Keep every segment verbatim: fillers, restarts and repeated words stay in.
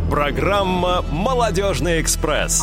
Программа «Молодежный экспресс».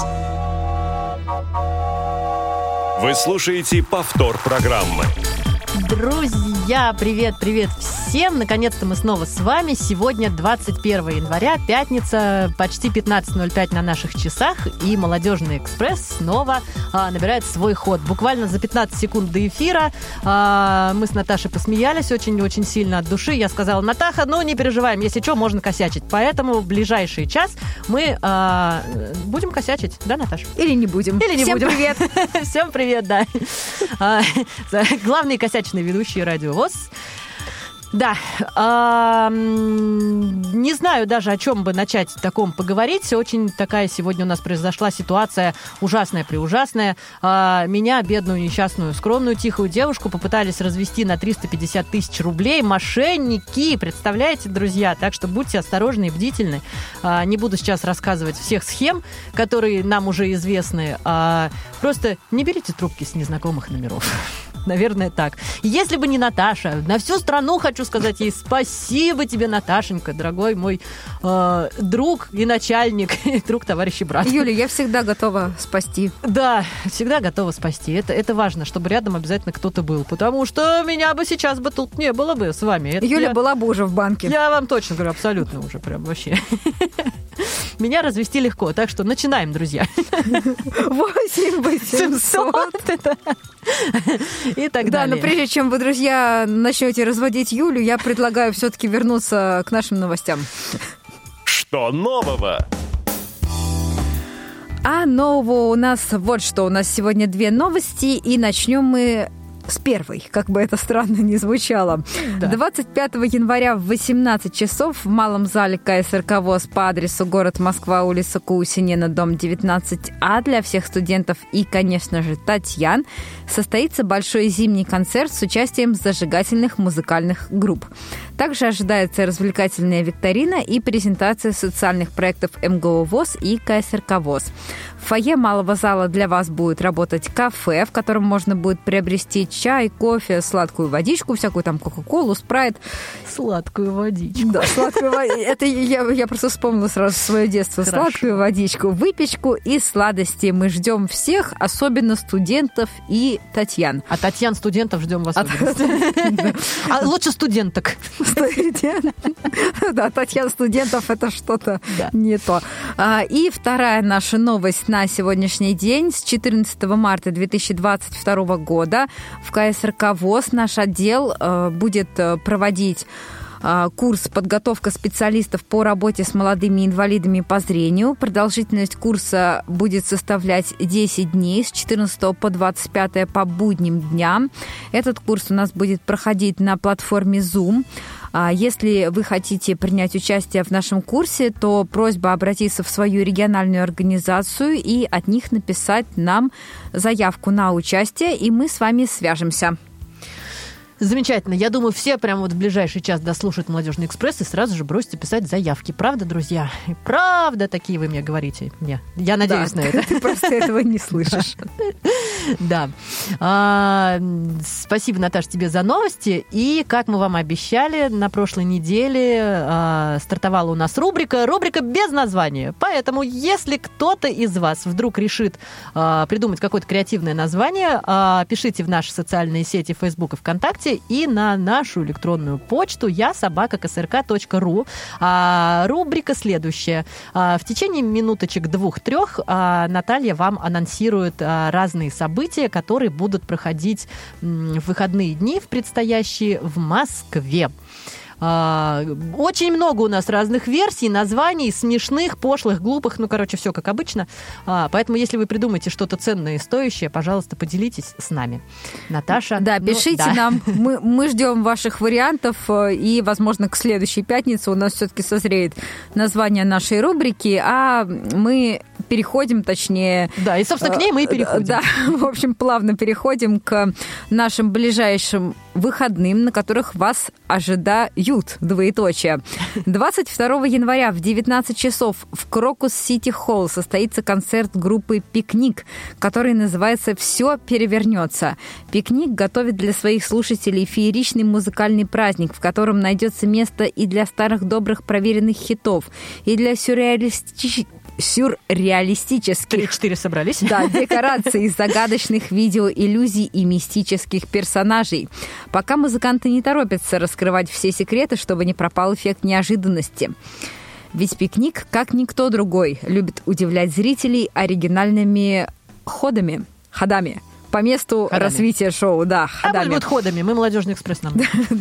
Вы слушаете повтор программы. Друзья, привет-привет всем! Наконец-то мы снова с вами. Сегодня двадцать первого января, пятница, почти пятнадцать ноль пять на наших часах, и «Молодежный экспресс» снова а, набирает свой ход. Буквально за пятнадцать секунд до эфира а, мы с Наташей посмеялись очень-очень сильно от души. Я сказала: Натаха, ну не переживаем, если что, можно косячить. Поэтому в ближайший час мы а, будем косячить, да, Наташа? Или не будем. Или не Всем будем. привет! Всем привет, да. Главные косячные ведущие Радио ВОС. Да, а, не знаю даже, о чем бы начать таком поговорить. Очень такая сегодня у нас произошла ситуация ужасная-преужасная. А, меня, бедную, несчастную, скромную, тихую девушку, попытались развести на триста пятьдесят тысяч рублей мошенники. Представляете, друзья? Так что будьте осторожны и бдительны. А, не буду сейчас рассказывать всех схем, которые нам уже известны. А, просто не берите трубки с незнакомых номеров. Наверное, так. Если бы не Наташа, на всю страну хочу сказать ей спасибо тебе, Наташенька, дорогой мой э, друг и начальник, и друг, товарищ и брат. Юля, я всегда готова спасти. Да, всегда готова спасти. Это, это важно, чтобы рядом обязательно кто-то был, потому что меня бы сейчас бы тут не было бы с вами. Это Юля я, была бы уже в банке. Я вам точно говорю, абсолютно уже прям вообще. Меня развести легко, так что начинаем, друзья. восемь восемьсот И так да, далее. но прежде чем вы, друзья, начнете разводить Юлю, я предлагаю все-таки вернуться к нашим новостям. Что нового? А нового у нас вот что. У нас сегодня две новости, и начнем мы с первой, как бы это странно ни звучало. Да. двадцать пятого января в восемнадцать часов в Малом зале ка эс эр ка ВОС по адресу город Москва, улица Кусинина, дом девятнадцать А для всех студентов и, конечно же, Татьян состоится большой зимний концерт с участием зажигательных музыкальных групп. Также ожидается развлекательная викторина и презентация социальных проектов эм гэ о ВОС и ка эс эр ка ВОС. В фойе малого зала для вас будет работать кафе, в котором можно будет приобрести чай, кофе, сладкую водичку, всякую там кока-колу, спрайт. Сладкую водичку. Да, сладкую водичку. Это я, я просто вспомнила сразу свое детство. Хорошо. Сладкую водичку, выпечку и сладости. Мы ждем всех, особенно студентов и Татьян. А Татьян студентов ждем в особенности. А лучше студенток. Да, Татьян студентов это что-то не то. И вторая наша новость на сегодняшний день. С четырнадцатого марта две тысячи двадцать второго года в ка эс эр ка ВОС наш отдел будет проводить курс «Подготовка специалистов по работе с молодыми инвалидами по зрению». Продолжительность курса будет составлять десять дней с четырнадцатого по двадцать пятое по будним дням. Этот курс у нас будет проходить на платформе Zoom. Если вы хотите принять участие в нашем курсе, то просьба обратиться в свою региональную организацию и от них написать нам заявку на участие, и мы с вами свяжемся. Замечательно. Я думаю, все прямо вот в ближайший час дослушают «Молодежный экспресс» и сразу же бросите писать заявки. Правда, друзья? Правда, такие вы мне говорите. Мне. Я надеюсь да, на это. Ты просто этого не слышишь. Да. А, спасибо, Наташа, тебе за новости. И, как мы вам обещали, на прошлой неделе а, стартовала у нас рубрика. Рубрика без названия. Поэтому, если кто-то из вас вдруг решит а, придумать какое-то креативное название, а, пишите в наши социальные сети Facebook и ВКонтакте и на нашу электронную почту я собака ка эс эр ка точка ру. А, рубрика следующая. А, в течение минуточек двух-трех а, Наталья вам анонсирует а, разные события, которые будут проходить м, в выходные дни в предстоящие в Москве. Очень много у нас разных версий, названий, смешных, пошлых, глупых, ну, короче, все как обычно. Поэтому, если вы придумаете что-то ценное и стоящее, пожалуйста, поделитесь с нами. Наташа. Да, ну, пишите да. нам. Мы, мы ждем ваших вариантов, и, возможно, к следующей пятнице у нас все-таки созреет название нашей рубрики, а мы переходим, точнее... Да, и, собственно, к ней мы и переходим. Да, в общем, плавно переходим к нашим ближайшим выходным, на которых вас ожидают, двоеточие. двадцать второго января в девятнадцать часов в Крокус Сити Холл состоится концерт группы «Пикник», который называется «Все перевернется». «Пикник» готовит для своих слушателей фееричный музыкальный праздник, в котором найдется место и для старых добрых проверенных хитов, и для сюрреалистических сюрреалистических Три-четыре собрались. Да, декораций, загадочных видеоиллюзий и мистических персонажей. Пока музыканты не торопятся раскрывать все секреты, чтобы не пропал эффект неожиданности. Ведь «Пикник», как никто другой, любит удивлять зрителей оригинальными ходами, ходами по месту ходами. Развития шоу. Да, ходами. А может быть, ходами. Мы «Молодежный экспресс» нам.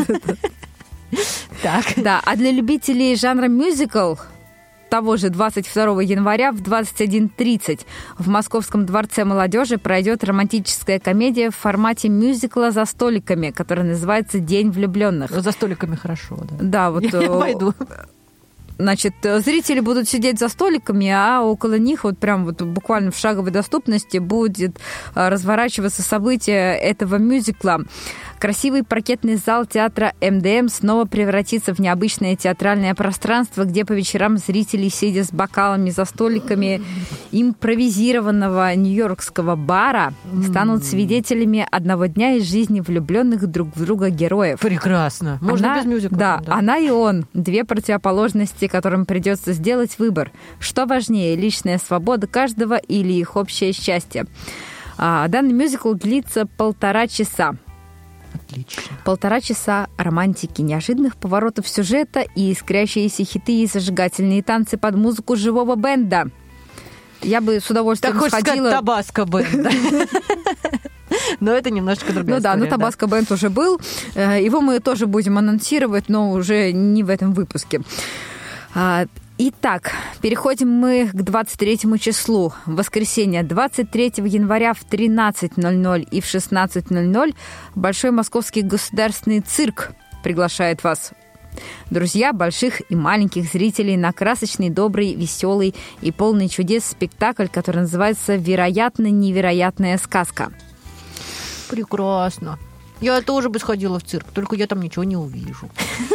Так. Да, а для любителей жанра мюзикл того же двадцать второго января в двадцать один тридцать в Московском дворце молодежи пройдет романтическая комедия в формате мюзикла «За столиками», которая называется «День влюбленных». За столиками хорошо, да. Да, вот. Я, я пойду. Значит, зрители будут сидеть за столиками, а около них вот прям вот буквально в шаговой доступности будет разворачиваться событие этого мюзикла. Красивый паркетный зал театра эм дэ эм снова превратится в необычное театральное пространство, где по вечерам зрители, сидя с бокалами за столиками импровизированного нью-йоркского бара, станут свидетелями одного дня из жизни влюбленных друг в друга героев. Прекрасно. Можно она, без мюзикла. Да, да, она и он. Две противоположности, которым придется сделать выбор. Что важнее, личная свобода каждого или их общее счастье? А, данный мюзикл длится полтора часа. Отлично. Полтора часа романтики, неожиданных поворотов сюжета и искрящиеся хиты и зажигательные танцы под музыку живого бенда. Я бы с удовольствием так сходила... Так хочешь сказать «Табаско бенд». Но это немножечко другая история. Ну да, но «Табаско бенд» уже был. Его мы тоже будем анонсировать, но уже не в этом выпуске. Итак, переходим мы к двадцать третьему числу. В воскресенье двадцать третьего января в тринадцать ноль ноль и в шестнадцать ноль ноль Большой Московский государственный цирк приглашает вас, друзья, больших и маленьких зрителей, на красочный, добрый, веселый и полный чудес спектакль, который называется «Вероятно, невероятная сказка». Прекрасно. Я тоже бы сходила в цирк, только я там ничего не увижу.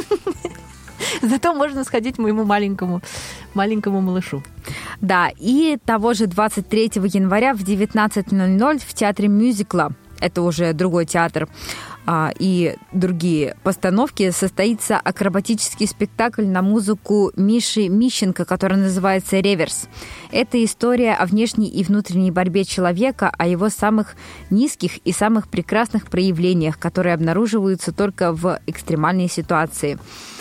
Зато можно сходить к моему маленькому, маленькому малышу. Да, и того же двадцать третьего января в девятнадцать ноль ноль в театре мюзикла, это уже другой театр, а, и другие постановки, состоится акробатический спектакль на музыку Миши Мищенко, который называется «Реверс». Это история о внешней и внутренней борьбе человека, о его самых низких и самых прекрасных проявлениях, которые обнаруживаются только в экстремальной ситуации.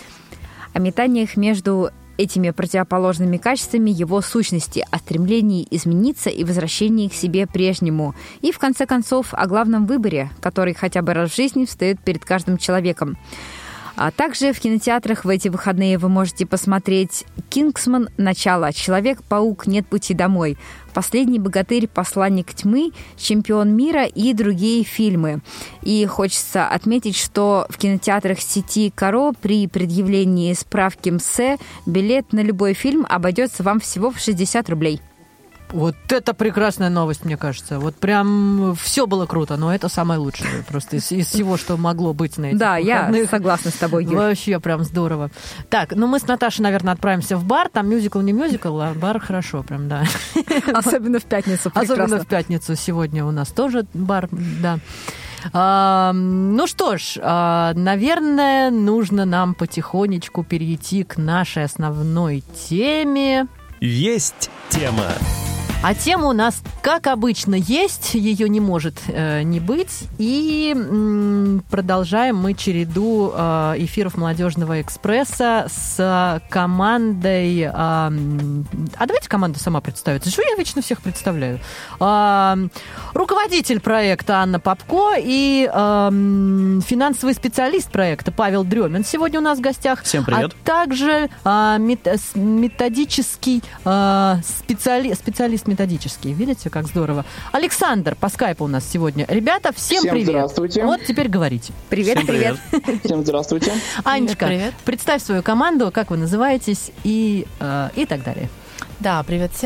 О метаниях между этими противоположными качествами его сущности, о стремлении измениться и возвращении к себе прежнему. И, в конце концов, о главном выборе, который хотя бы раз в жизни встает перед каждым человеком. А также в кинотеатрах в эти выходные вы можете посмотреть «Кингсман. Начало», «Человек-паук. Нет пути домой», «Последний богатырь. Посланник тьмы», «Чемпион мира» и другие фильмы. И хочется отметить, что в кинотеатрах сети «Каро» при предъявлении справки МСЭ билет на любой фильм обойдется вам всего в шестьдесят рублей. Вот это прекрасная новость, мне кажется. Вот прям все было круто, но это самое лучшее просто из, из всего, что могло быть на этих да, выходных. Я согласна с тобой, Юль. Вообще прям здорово. Так, ну мы с Наташей, наверное, отправимся в бар. Там мюзикл не мюзикл, а бар хорошо прям, да. Особенно в пятницу. Прекрасно. Особенно в пятницу. Сегодня у нас тоже бар, да. А, ну что ж, а, наверное, нужно нам потихонечку перейти к нашей основной теме. Есть тема. А тема у нас, как обычно, есть, ее не может э, не быть. И м, продолжаем мы череду э, эфиров «Молодежного экспресса» с командой... Э, а давайте команда сама представится. Что я вечно всех представляю? Э, руководитель проекта Анна Попко и э, финансовый специалист проекта Павел Дремин сегодня у нас в гостях. Всем привет. А также э, методический э, специали, специалист методический. Видите, как здорово. Александр по скайпу у нас сегодня. Ребята, всем, всем привет. Здравствуйте. Вот теперь говорите. Привет, всем привет. привет. Всем здравствуйте. Анечка, привет, привет. Представь свою команду, как вы называетесь и, э, и так далее. Да, привет всем.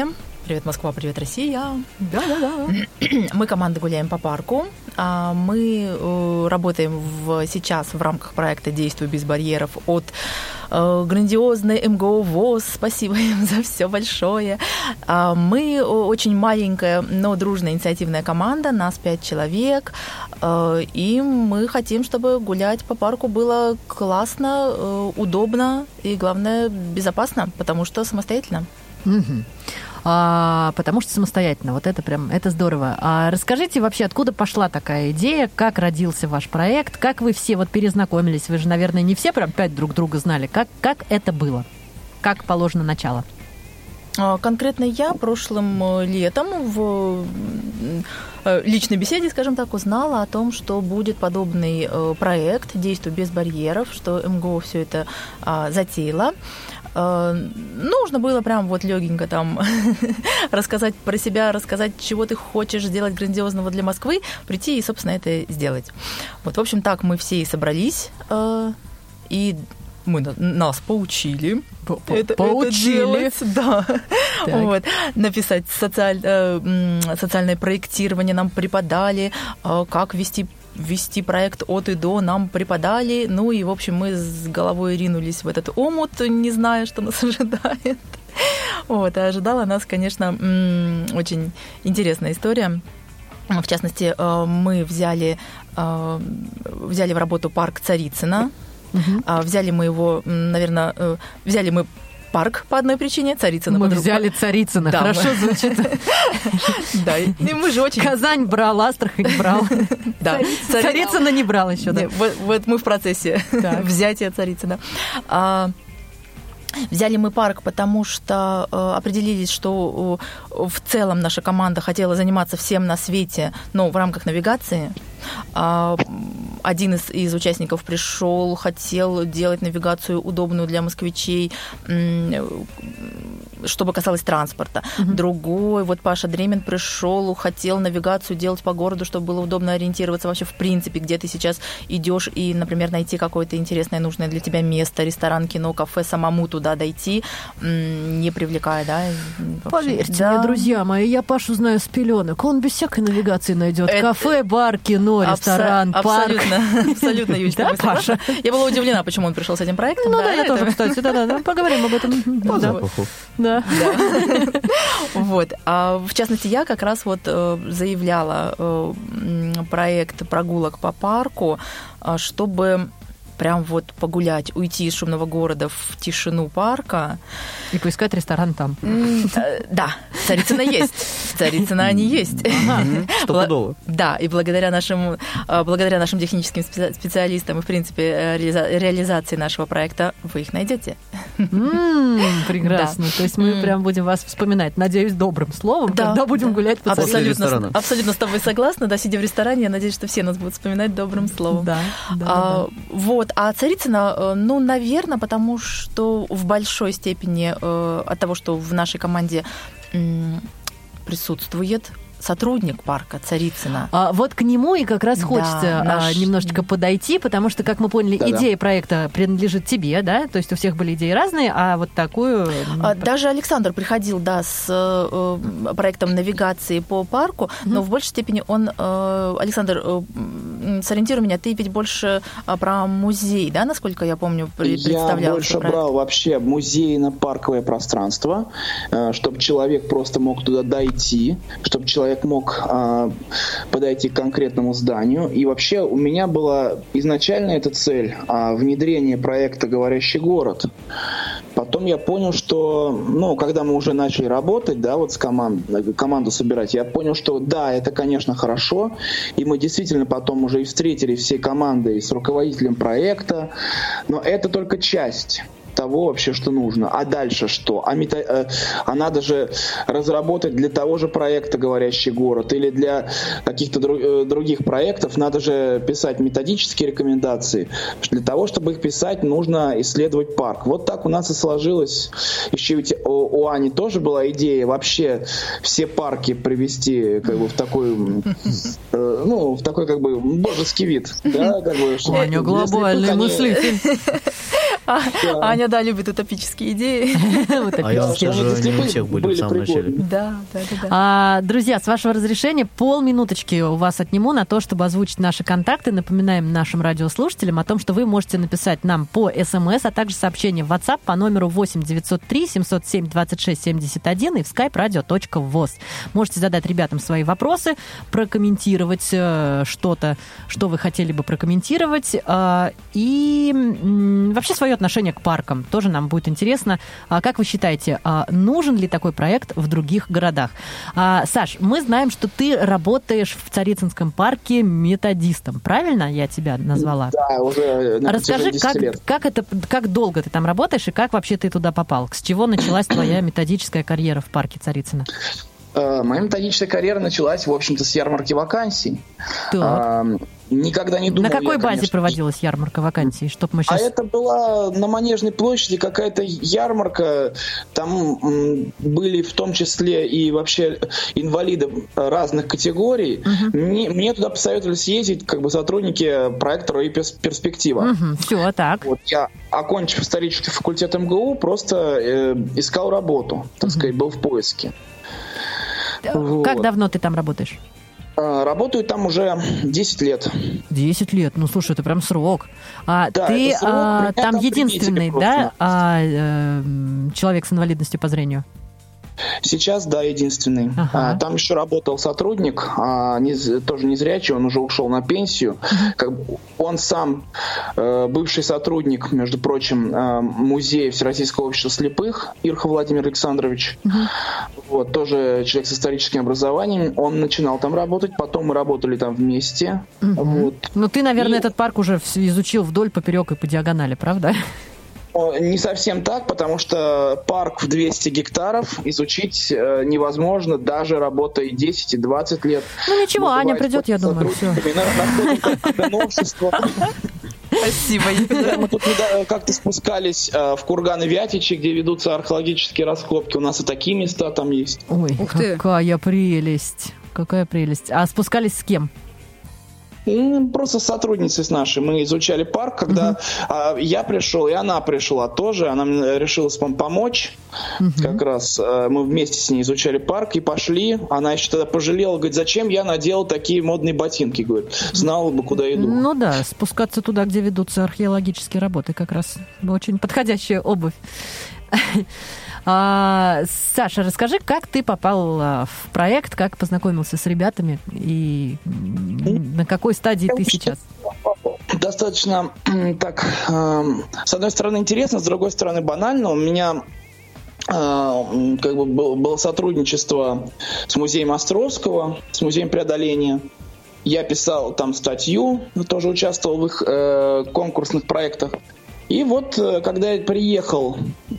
Привет, Москва, привет, Россия. Да-да-да. Мы команда «Гуляем по парку». Мы работаем в, сейчас в рамках проекта «Действуй без барьеров» от грандиозной эм гэ о ВОС. Спасибо им за все большое. Мы очень маленькая, но дружная инициативная команда, нас пять человек, и мы хотим, чтобы гулять по парку было классно, удобно и, главное, безопасно, потому что самостоятельно. Угу. А, потому что самостоятельно. Вот это прям, это здорово. А расскажите вообще, откуда пошла такая идея, как родился ваш проект, как вы все вот перезнакомились? Вы же, наверное, не все прям пять друг друга знали. Как, как это было? Как положено начало? Конкретно я прошлым летом в личной беседе, скажем так, узнала о том, что будет подобный проект «Действуй без барьеров», что эм гэ о все это затеяло. Нужно было прям вот легенько там рассказать про себя, рассказать, чего ты хочешь сделать грандиозного для Москвы, прийти и, собственно, это сделать. Вот, в общем, так мы все и собрались, и мы, нас поучили. Это, поучили. Это делать, да. Вот. Написать социаль, социальное проектирование нам преподали, как вести вести проект от и до нам преподали. Ну и, в общем, мы с головой ринулись в этот омут, не зная, что нас ожидает. Вот. А ожидала нас, конечно, очень интересная история. В частности, мы взяли, взяли в работу парк Царицына. Угу. Взяли мы его, наверное, взяли мы парк по одной причине, Царицына. Мы взяли Царицына, да, хорошо мы... звучит. Да, и мы же очень... Казань брал, Астрахань брал. Да. Царицына не брал еще, да. Вот мы в процессе взятия Царицына. Взяли мы парк, потому что э, определились, что э, в целом наша команда хотела заниматься всем на свете, но в рамках навигации. Э, один из, из участников пришел, хотел делать навигацию удобную для москвичей, э, чтобы касалось транспорта. Mm-hmm. Другой, вот Паша Дремин пришел, хотел навигацию делать по городу, чтобы было удобно ориентироваться вообще в принципе, где ты сейчас идешь и, например, найти какое-то интересное, нужное для тебя место, ресторан, кино, кафе, самому туда дойти, не привлекая, да? Поверьте да. мне, друзья мои, я Пашу знаю с пеленок, он без всякой навигации найдет. Это... Кафе, бар, кино, ресторан, Абсо- парк. Абсолютно, абсолютно, Юлечка. Да, Паша? Я была удивлена, почему он пришел с этим проектом. Ну да, да я это... тоже, кстати, да-да, поговорим об этом. По запаху. Да. Да. Вот. А в частности, я как раз вот заявляла проект прогулок по парку, чтобы прям вот погулять, уйти из шумного города в тишину парка. И поискать ресторан там. Да, Царицына есть. Царицына они есть. Стопудово. Да, и благодаря нашим, благодаря нашим техническим специалистам и, в принципе, реализации нашего проекта вы их найдете. Прекрасно. То есть мы прям будем вас вспоминать, надеюсь, добрым словом, когда будем гулять по Абсолютно, абсолютно с тобой согласна. Да, сидя в ресторане, я надеюсь, что все нас будут вспоминать добрым словом. Да, да. Вот. А Царицына, ну, наверное, потому что в большой степени э, от того, что в нашей команде э, присутствует сотрудник парка Царицына. А вот к нему и как раз да, хочется наш... немножечко подойти, потому что, как мы поняли, да, идея да. проекта принадлежит тебе, да? То есть у всех были идеи разные, а вот такую... Даже Александр приходил, да, с э, проектом навигации по парку, mm-hmm. но в большей степени он... Э, Александр, э, сориентируй меня, ты ведь больше про музей, да, насколько я помню, представлял? Я больше брал вообще музейно-парковое пространство, э, чтобы человек просто мог туда дойти, чтобы человек мог а, подойти к конкретному зданию. И вообще у меня была изначально эта цель а, внедрение проекта «Говорящий город». Потом я понял, что, ну, когда мы уже начали работать, да, вот с командой, команду собирать, я понял, что да, это, конечно, хорошо. И мы действительно потом уже и встретили всей командой с руководителем проекта. Но это только часть того вообще, что нужно. А дальше что? А, мета... а надо же разработать для того же проекта «Говорящий город» или для каких-то друг... других проектов надо же писать методические рекомендации. Для того, чтобы их писать, нужно исследовать парк. Вот так у нас и сложилось. Еще ведь у, у Ани тоже была идея вообще все парки привести как бы в такой, ну, в такой как бы божеский вид. Да, как бы, Аня глобальный мыслитель. Аня, да, любит утопические идеи. А я вам скажу, они у всех были в самом начале. Да, да, да. А, друзья, с вашего разрешения полминуточки у вас отниму на то, чтобы озвучить наши контакты. Напоминаем нашим радиослушателям о том, что вы можете написать нам по СМС, а также сообщение в WhatsApp по номеру восемь девятьсот три семьсот семь двадцать шесть семьдесят один и в skype radio точка voz. Можете задать ребятам свои вопросы, прокомментировать э, что-то, что вы хотели бы прокомментировать, э, и э, вообще свое отношение к паркам. Тоже нам будет интересно. А как вы считаете, э, нужен ли такой проект в других городах? А, Саш, мы знаем, что ты работаешь в Царицынском парке методистом. Правильно я тебя назвала? Да, уже на Расскажи, как, лет. как, это, как долго ты там работаешь и как вообще ты туда попал? С чего началась твоя методическая карьера в парке Царицына? Моя методическая карьера началась, в общем-то, с ярмарки вакансий. А, никогда не думал. На какой я, базе конечно, проводилась ярмарка вакансий? Чтоб мы сейчас... А это была на Манежной площади какая-то ярмарка. Там м, были в том числе и вообще инвалиды разных категорий. Угу. Мне, мне туда посоветовали съездить как бы сотрудники проекта «Рой Перспектива». Угу. Все, так. Вот я, окончив исторический факультет эм гэ у, просто э, искал работу, так угу. сказать, был в поиске. Как вот. давно ты там работаешь? Работаю там уже десять лет. десять лет? Ну, слушай, это прям срок. А да, ты срок. а, там единственный, да, а, э, человек с инвалидностью по зрению? Сейчас, да, единственный. Ага. А, там еще работал сотрудник, а, не, тоже незрячий, он уже ушел на пенсию. Uh-huh. Как бы он сам э, бывший сотрудник, между прочим, э, музея Всероссийского общества слепых, Ирха Владимир Александрович. Uh-huh. Вот, тоже человек с историческим образованием. Он начинал там работать, потом мы работали там вместе. Uh-huh. Вот. Ну, ты, наверное, и... этот парк уже изучил вдоль, поперек и по диагонали, правда? Не совсем так, потому что парк в двести гектаров изучить невозможно, даже работая десять и двадцать лет. Ну ничего, мы Аня придет, я думаю. Все. Спасибо. Мы тут как-то спускались в курганы Вятичи, где ведутся археологические раскопки. У нас и такие места там есть. Ой, какая прелесть. Какая прелесть. А спускались с кем? Просто с сотрудницей с нашей. Мы изучали парк, когда uh-huh. я пришел, и она пришла тоже. Она мне решила помочь. Uh-huh. Как раз мы вместе с ней изучали парк и пошли. Она еще тогда пожалела, говорит, зачем я надел такие модные ботинки? Говорит, знала бы, куда иду. Ну да, спускаться туда, где ведутся археологические работы, как раз очень подходящая обувь. А, Саша, расскажи, как ты попал в проект, как познакомился с ребятами и на какой стадии ты сейчас? Достаточно так, э, с одной стороны интересно, с другой стороны банально. У меня э, как бы было, было сотрудничество с музеем Островского, с музеем преодоления. Я писал там статью, тоже участвовал в их э, конкурсных проектах. И вот, когда я приехал,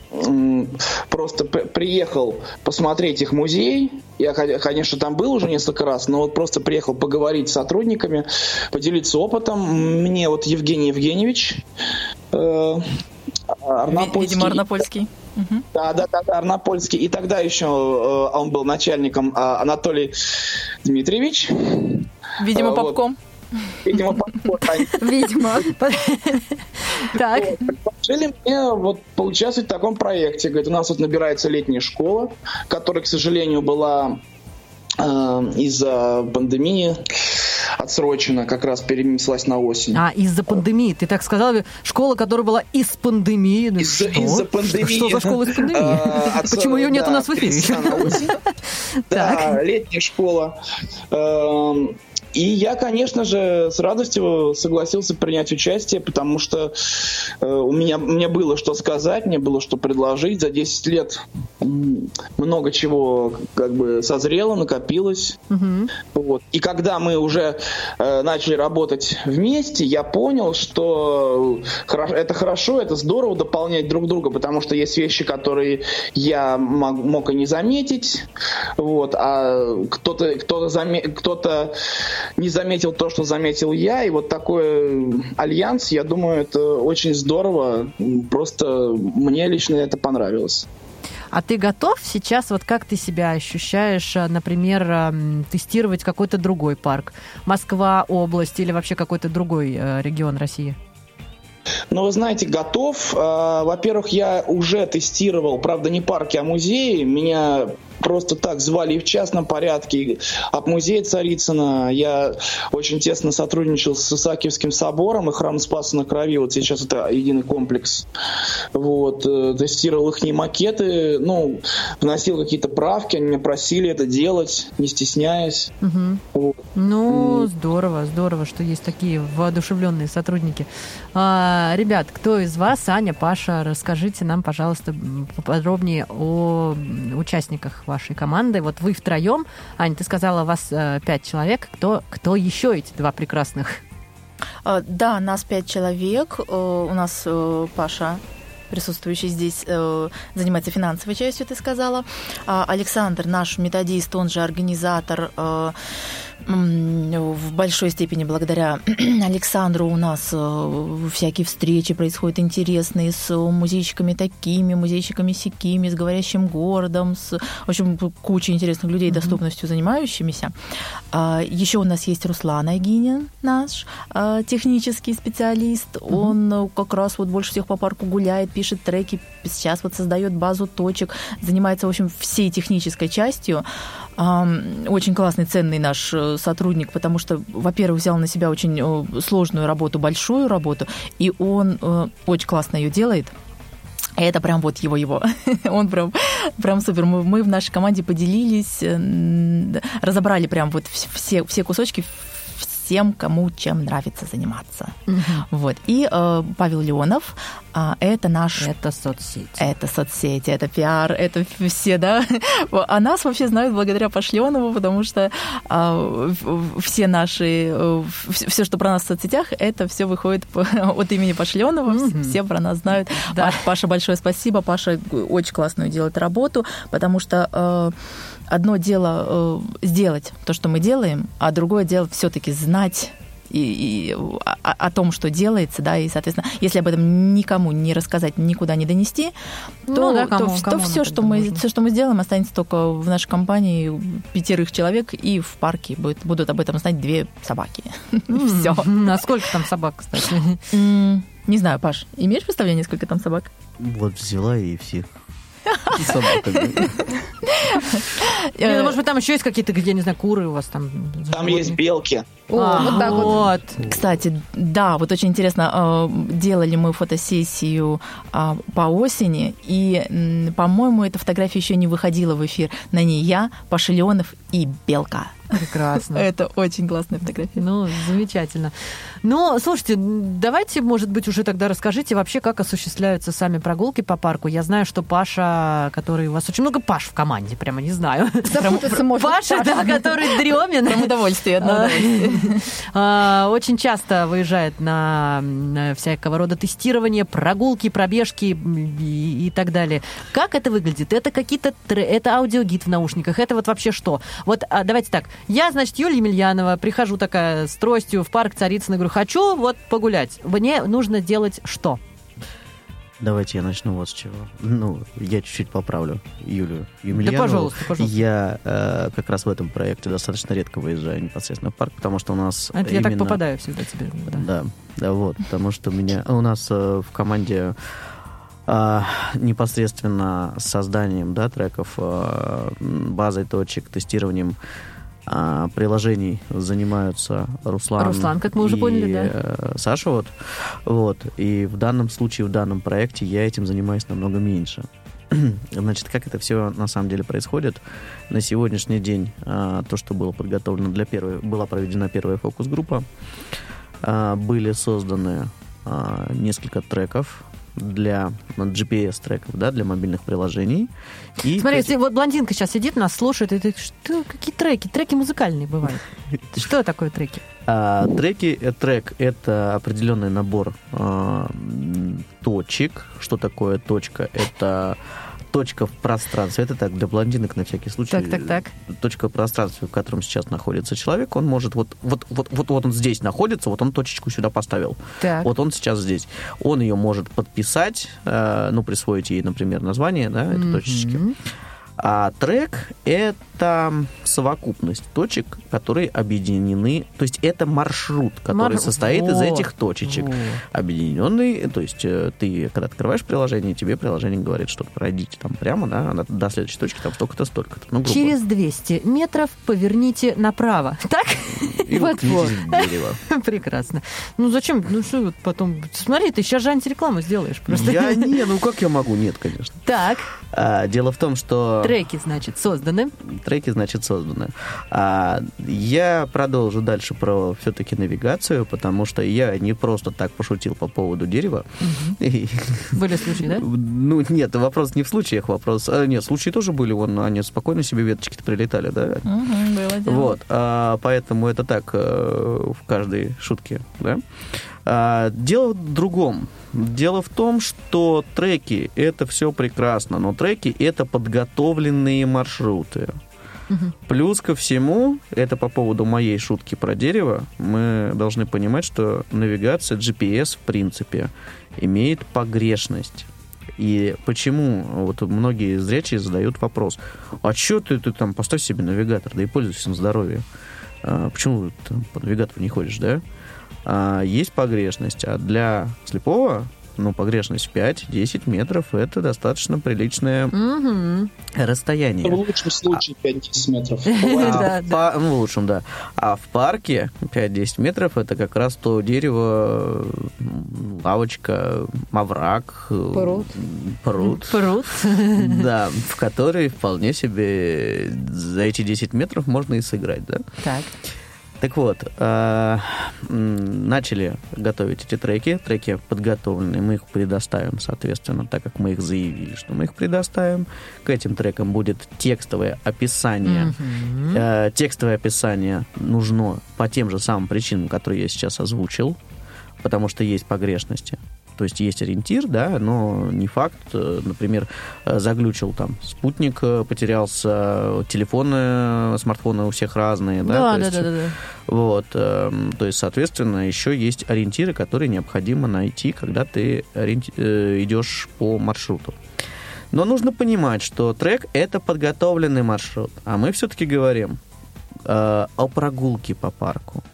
просто приехал посмотреть их музей, я, конечно, там был уже несколько раз, но вот просто приехал поговорить с сотрудниками, поделиться опытом. Мне вот Евгений Евгеньевич э, Арнопольский... Видимо, Арнопольский. Да, да, да, да, Арнопольский. И тогда еще э, он был начальником э, Анатолий Дмитриевич. Видимо, э, попком. Вот. Видимо, Видимо. Так. Предложили мне вот поучаствовать в таком проекте. Говорит, у нас вот набирается летняя школа, которая, к сожалению, была э, из-за пандемии отсрочена, как раз перенеслась на осень. А, из-за пандемии. Ты так сказал, школа, которая была из пандемии. Из-за, из-за пандемии. Что за школа из пандемии? Почему ее нет у нас в эфире? Да, летняя школа. И я, конечно же, с радостью согласился принять участие, потому что э, у меня, мне было что сказать, мне было что предложить. За десять лет много чего как бы созрело, накопилось. Uh-huh. Вот. И когда мы уже э, начали работать вместе, я понял, что хорошо, это хорошо, это здорово дополнять друг друга, потому что есть вещи, которые я мог, мог и не заметить, вот, а кто-то, кто-то, заме, кто-то не заметил то, что заметил я, и вот такой альянс, я думаю, это очень здорово, просто мне лично это понравилось. А ты готов сейчас, вот как ты себя ощущаешь, например, тестировать какой-то другой парк? Москва, область или вообще какой-то другой регион России? Ну, вы знаете, готов. Во-первых, я уже тестировал, правда, не парки, а музеи. Меня просто так звали и в частном порядке. От музея Царицына я очень тесно сотрудничал с Исаакиевским собором и храмом Спаса на Крови. Вот сейчас это единый комплекс. Вот. Тестировал их макеты, ну, вносил какие-то правки, они меня просили это делать, не стесняясь. Угу. Вот. Ну, здорово, здорово, что есть такие воодушевленные сотрудники. А, ребят, кто из вас, Аня, Паша, расскажите нам, пожалуйста, поподробнее о участниках вашей команды. Вот вы втроем, Аня, ты сказала, у вас э, пять человек. Кто, кто еще эти два прекрасных? Да, нас пять человек. У нас Паша, присутствующий здесь, занимается финансовой частью, ты сказала. Александр, наш методист, он же организатор. В большой степени благодаря Александру у нас всякие встречи происходят интересные с музейщиками такими, музейщиками сякими, с говорящим городом, с, в общем, кучей интересных людей, mm-hmm. доступностью занимающимися. Еще у нас есть Руслан Агинин, наш технический специалист. Mm-hmm. Он как раз вот больше всех по парку гуляет, пишет треки, сейчас вот создает базу точек, занимается, в общем, всей технической частью. Очень классный, ценный наш сотрудник, потому что, во-первых, взял на себя очень сложную работу, большую работу, и он очень классно ее делает. Это прям вот его-его. Он прям, прям супер. Мы, мы в нашей команде поделились, разобрали прям вот все, все кусочки, всем, кому чем нравится заниматься. Угу. Вот. И э, Павел Леонов, э, это наш... Это соцсети. Это соцсети, это пиар, это все, да. А нас вообще знают благодаря Паше Леонову, потому что э, все наши... Э, все, что про нас в соцсетях, это все выходит от имени Паши Леонова. Угу. Все про нас знают. Да. Паш, Паша, большое спасибо. Паша очень классную делает работу, потому что... Э, Одно дело э, сделать то, что мы делаем, а другое дело все-таки знать и, и, о, о том, что делается, да, и, соответственно, если об этом никому не рассказать, никуда не донести, то, ну, да, кому, то, кому то все, что мы, все, что мы сделаем, останется только в нашей компании пятерых человек, и в парке будет, будут об этом знать две собаки. Все. А сколько там собак, кстати? Не знаю, Паш, имеешь представление, сколько там собак? Вот взяла и всех. С собаками. Или, может быть, там еще есть какие-то, я не знаю, куры у вас там? Там есть белки. О, а, вот так вот. Кстати, да, вот очень интересно, делали мы фотосессию по осени, и, по-моему, эта фотография еще не выходила в эфир. На ней я, Паша Леонов и белка. Прекрасно. Это очень классная фотография. Ну, замечательно. Ну, слушайте, давайте, может быть, уже тогда расскажите вообще, как осуществляются сами прогулки по парку. Я знаю, что Паша, который... У вас очень много Паш в команде, прямо не знаю. Запутаться можно. Паша, да, который дремен. Прям удовольствие, одно удовольствие. Очень часто выезжает на всякого рода тестирование, прогулки, пробежки и так далее. Как это выглядит? Это какие-то... Это аудиогид в наушниках? Это вот вообще что? Вот давайте так. Я, значит, Юлия Емельянова, прихожу такая с тростью в парк Царицына, говорю, хочу вот погулять. Мне нужно делать что? Давайте я начну вот с чего. Ну, я чуть-чуть поправлю Юлию Емельянову. Да, пожалуйста, пожалуйста. Я э, как раз в этом проекте достаточно редко выезжаю непосредственно в парк, потому что у нас Это именно... я так попадаю всегда тебе. Да, да, да вот, потому что у меня... У нас э, в команде... Uh, непосредственно с созданием, да, треков, uh, базой точек, тестированием uh, приложений занимаются Руслан, Руслан, как мы уже и поняли, да? uh, Саша. Вот. Вот. И в данном случае, в данном проекте я этим занимаюсь намного меньше. Значит, как это все на самом деле происходит? На сегодняшний день uh, то, что было подготовлено для первой, была проведена первая фокус-группа, uh, были созданы uh, несколько треков для джи пи эс-треков, да, для мобильных приложений. И Смотри, эти... вот блондинка сейчас сидит, нас слушает, и ты, что, какие треки? Треки музыкальные бывают. Что такое треки? А, треки, трек — это определенный набор а, точек. Что такое точка? Это точка в пространстве. Это так, для блондинок на всякий случай. Так, так, так. Точка в пространстве, в котором сейчас находится человек, он может вот, вот, вот, вот, вот он здесь находится, вот он точечку сюда поставил. Так. Вот он сейчас здесь. Он ее может подписать, э, ну, присвоить ей, например, название, да, этой mm-hmm. точечки. А трек — это совокупность точек, которые объединены, то есть это маршрут, который Мар... состоит О, из этих точечек. О. Объединенный, то есть ты, когда открываешь приложение, тебе приложение говорит, что пройдите там прямо, да, до следующей точки, там столько-то, столько-то. Ну, через двести метров поверните направо. Так? И вот вот. Прекрасно. Ну зачем? Ну что вот потом... Смотри, ты сейчас же антирекламу сделаешь просто. Я не, ну как я могу? Нет, конечно. Так. А, дело в том, что... Треки, значит, созданы. Треки, значит, созданы. А, я продолжу дальше про все-таки навигацию, потому что я не просто так пошутил по поводу дерева. Угу. И... Были случаи, да? Ну, нет, вопрос не в случаях, вопрос... А, нет, случаи тоже были, вон, они спокойно себе веточки-то прилетали, да? Угу, было дело. Вот, а, поэтому это так, в каждой шутке, да? А, дело в другом. Дело в том, что треки — это все прекрасно, но треки — это подготовленные маршруты. Угу. Плюс ко всему, это по поводу моей шутки про дерево, мы должны понимать, что навигация, джи пи эс, в принципе, имеет погрешность. И почему вот многие зрячие задают вопрос: а что ты, ты там поставь себе навигатор, да и пользуйся на здоровье. А, почему ты по навигатору не ходишь, да? А, есть погрешность, а для слепого, ну, погрешность пять-десять метров — это достаточно приличное угу. расстояние. В лучшем случае пять-десять метров. В лучшем, да. А в парке пять-десять метров — это как раз то дерево, лавочка, овраг, пруд. Пруд. Пруд. Да, в который вполне себе за эти десять метров можно и сыграть, да? Так. Так вот, э, начали готовить эти треки. Треки подготовленные, мы их предоставим, соответственно, так как мы их заявили, что мы их предоставим. К этим трекам будет текстовое описание. Mm-hmm. Э, текстовое описание нужно по тем же самым причинам, которые я сейчас озвучил, потому что есть погрешности. То есть есть ориентир, да, но не факт. Например, заглючил там спутник, потерялся, телефоны, смартфоны у всех разные, да. Да, то да, есть, да, да. Вот, то есть, соответственно, еще есть ориентиры, которые необходимо найти, когда ты ориенти... идешь по маршруту. Но нужно понимать, что трек — это подготовленный маршрут, а мы все-таки говорим э, о прогулке по парку.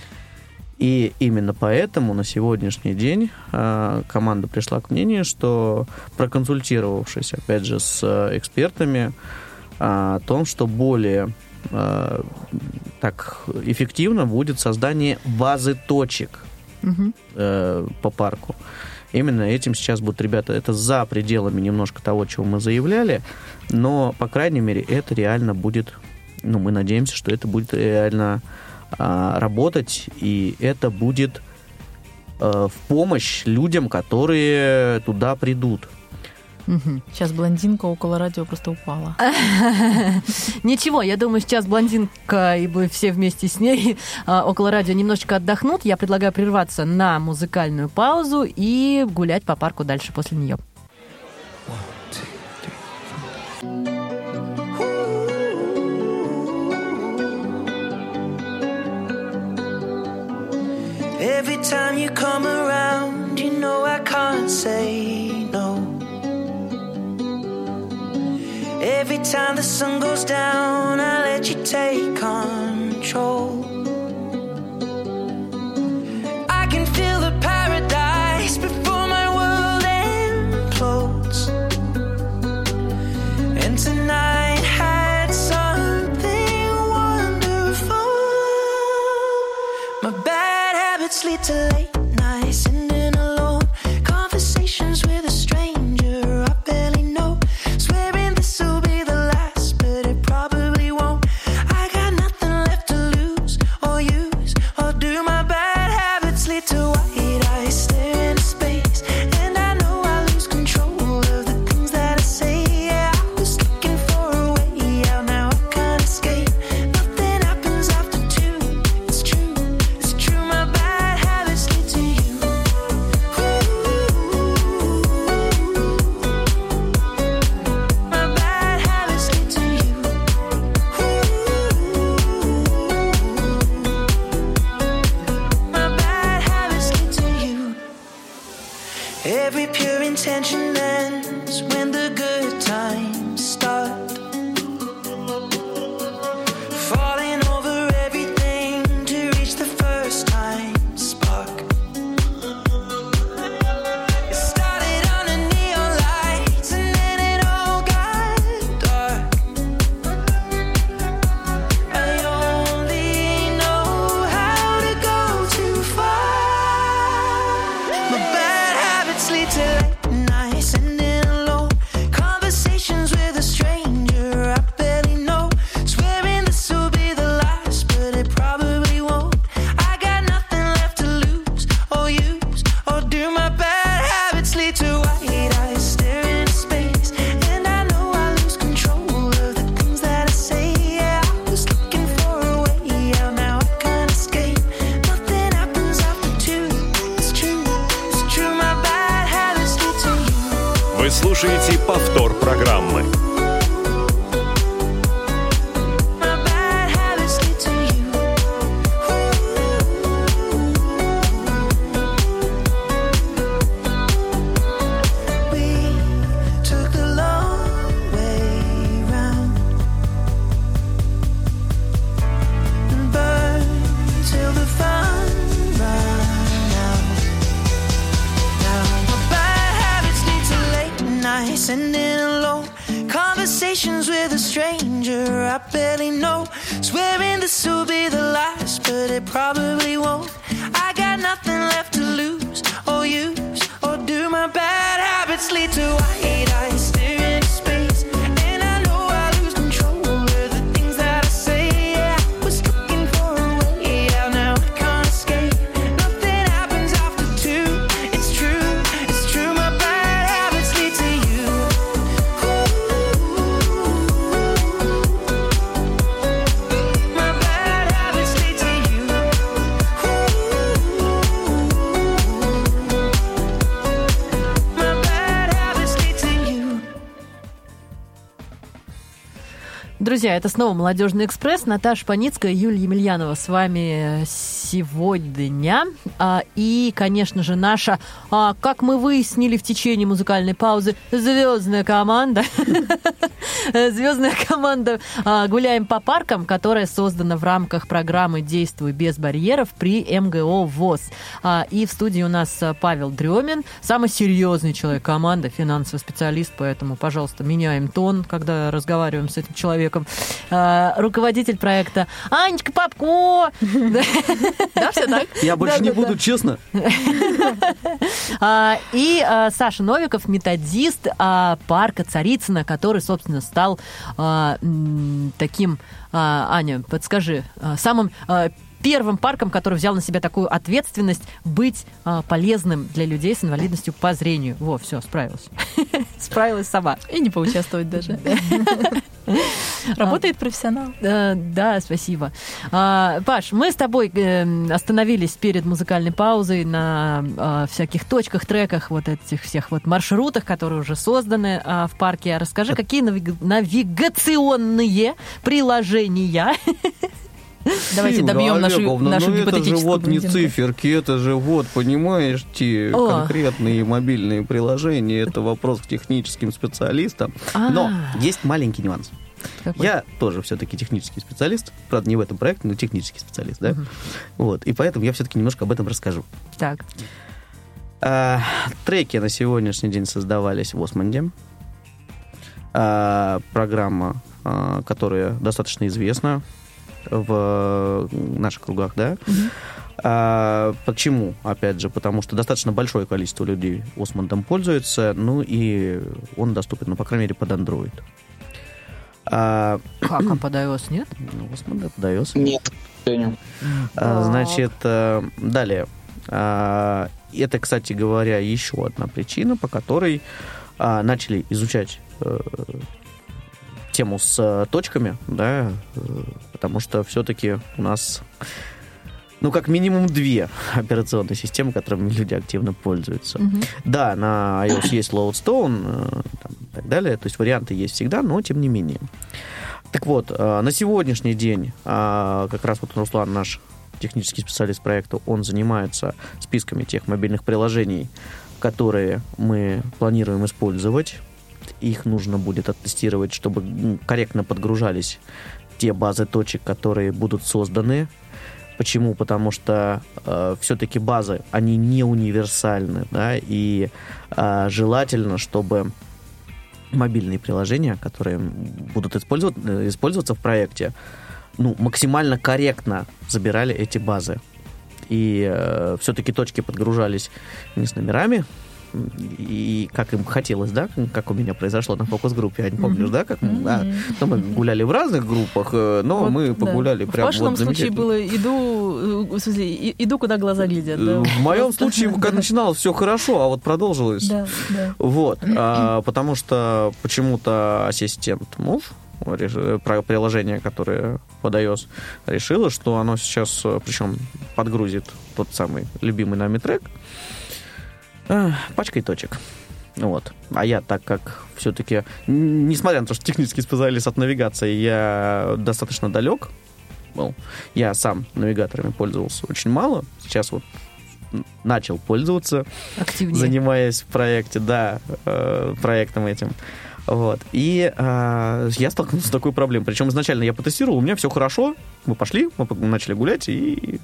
И именно поэтому на сегодняшний день э, команда пришла к мнению, что, проконсультировавшись, опять же, с экспертами, э, о том, что более э, так эффективно будет создание базы точек угу. э, по парку. Именно этим сейчас будут ребята. Это за пределами немножко того, чего мы заявляли, но, по крайней мере, это реально будет, ну, мы надеемся, что это будет реально работать, и это будет э, в помощь людям, которые туда придут. Угу. Сейчас блондинка около радио просто упала. Ничего, я думаю, сейчас блондинка и мы все вместе с ней около радио немножечко отдохнут. Я предлагаю прерваться на музыкальную паузу и гулять по парку дальше после нее. Every time you come around, you know I can't say no. Every time the sun goes down, I let you take control. I can feel the paradise before my world implodes. And tonight had something wonderful. My bad habits lead to late nights, sitting alone, conversations with a stranger I barely know, swearing this'll be the last, but it probably won't. I got nothing left to lose, Повтор программы. Sending alone conversations with a stranger I barely know, swearing this will be the last, but it probably won't. I got nothing left to lose or use, or do my bad habits lead to white eyes staring into space, and I know I lose control of the things that I say. Yeah, I was looking for a way out, now I can't escape. Nothing happens after two, it's true, it's true, my bad habits lead to you. Друзья, это снова «Молодежный экспресс». Наташа Паницкая, Юлия Емельянова с вами сегодня. И, конечно же, наша, как мы выяснили в течение музыкальной паузы, звездная команда. Звездная команда «Гуляем по паркам», которая создана в рамках программы «Действуй без барьеров» при эм гэ о ВОС. И в студии у нас Павел Дрёмин, самый серьезный человек команды, финансовый специалист, поэтому, пожалуйста, меняем тон, когда разговариваем с этим человеком. Руководитель проекта Анечка Попко. Да, все так? Я больше не буду, честно. И Саша Новиков, методист парка Царицына, который, собственно, стал таким, Аня, подскажи, самым первым парком, который взял на себя такую ответственность быть а, полезным для людей с инвалидностью по зрению. Во, все, справилась. Справилась сама. И не поучаствовать даже. Работает профессионал. Да, спасибо. Паш, мы с тобой остановились перед музыкальной паузой на всяких точках, треках, вот этих всех вот маршрутах, которые уже созданы в парке. Расскажи, какие навигационные приложения Давайте Сильно, добьем нашу, Олеговна, нашу ну гипотетическую это же вот не блондинку. циферки, это же вот, понимаешь, те О. конкретные мобильные приложения, это вопрос к техническим специалистам. А. Но есть маленький нюанс. Какой? Я тоже все-таки технический специалист, правда, не в этом проекте, но технический специалист, да? Угу. Вот, и поэтому я все-таки немножко об этом расскажу. Так. А, треки на сегодняшний день создавались в Осмонде. А, программа, а, которая достаточно известна в наших кругах, да. Mm-hmm. А, почему? Опять же, потому что достаточно большое количество людей Осмондом пользуется, ну и он доступен, ну, по крайней мере, под Android. А, как, а под iOS нет? Ну, Осмонд под iOS. Нет, к сожалению. А, значит, а, далее. А, это, кстати говоря, еще одна причина, по которой а, начали изучать а, тему с а, точками, да, потому что все-таки у нас, ну, как минимум две операционные системы, которыми люди активно пользуются. Mm-hmm. Да, на iOS есть Loadstone, там, и так далее, то есть варианты есть всегда, но тем не менее. Так вот, на сегодняшний день как раз вот Руслан, наш технический специалист проекта, он занимается списками тех мобильных приложений, которые мы планируем использовать. Их нужно будет оттестировать, чтобы корректно подгружались те базы точек, которые будут созданы. Почему? Потому что э, все-таки базы, они не универсальны, да, и э, желательно, чтобы мобильные приложения, которые будут использовать, использоваться в проекте, ну, максимально корректно забирали эти базы. И э, все-таки точки подгружались не с номерами, и как им хотелось, да, как у меня произошло на фокус-группе, я не помню, mm-hmm. да, как mm-hmm. а, ну, мы гуляли в разных группах, но вот, мы погуляли да. прям вот замечательно. В вашем случае было иду, в смысле, иду, куда глаза глядят. Да? В моем случае, когда начиналось все хорошо, а вот продолжилось. Да, да. Вот, а, потому что почему-то ассистент муж, приложение, которое под iOS, решило, что оно сейчас, причем подгрузит тот самый любимый нами трек, пачкой точек. Вот. А я, так как все-таки, несмотря на то, что технический специалист от навигации, я достаточно далек был. Я сам навигаторами пользовался очень мало. Сейчас вот начал пользоваться, активнее, занимаясь в проекте, да, э, проектом этим. Вот. И э, я столкнулся с такой проблемой. Причем изначально я потестировал, у меня все хорошо. Мы пошли, мы начали гулять, и...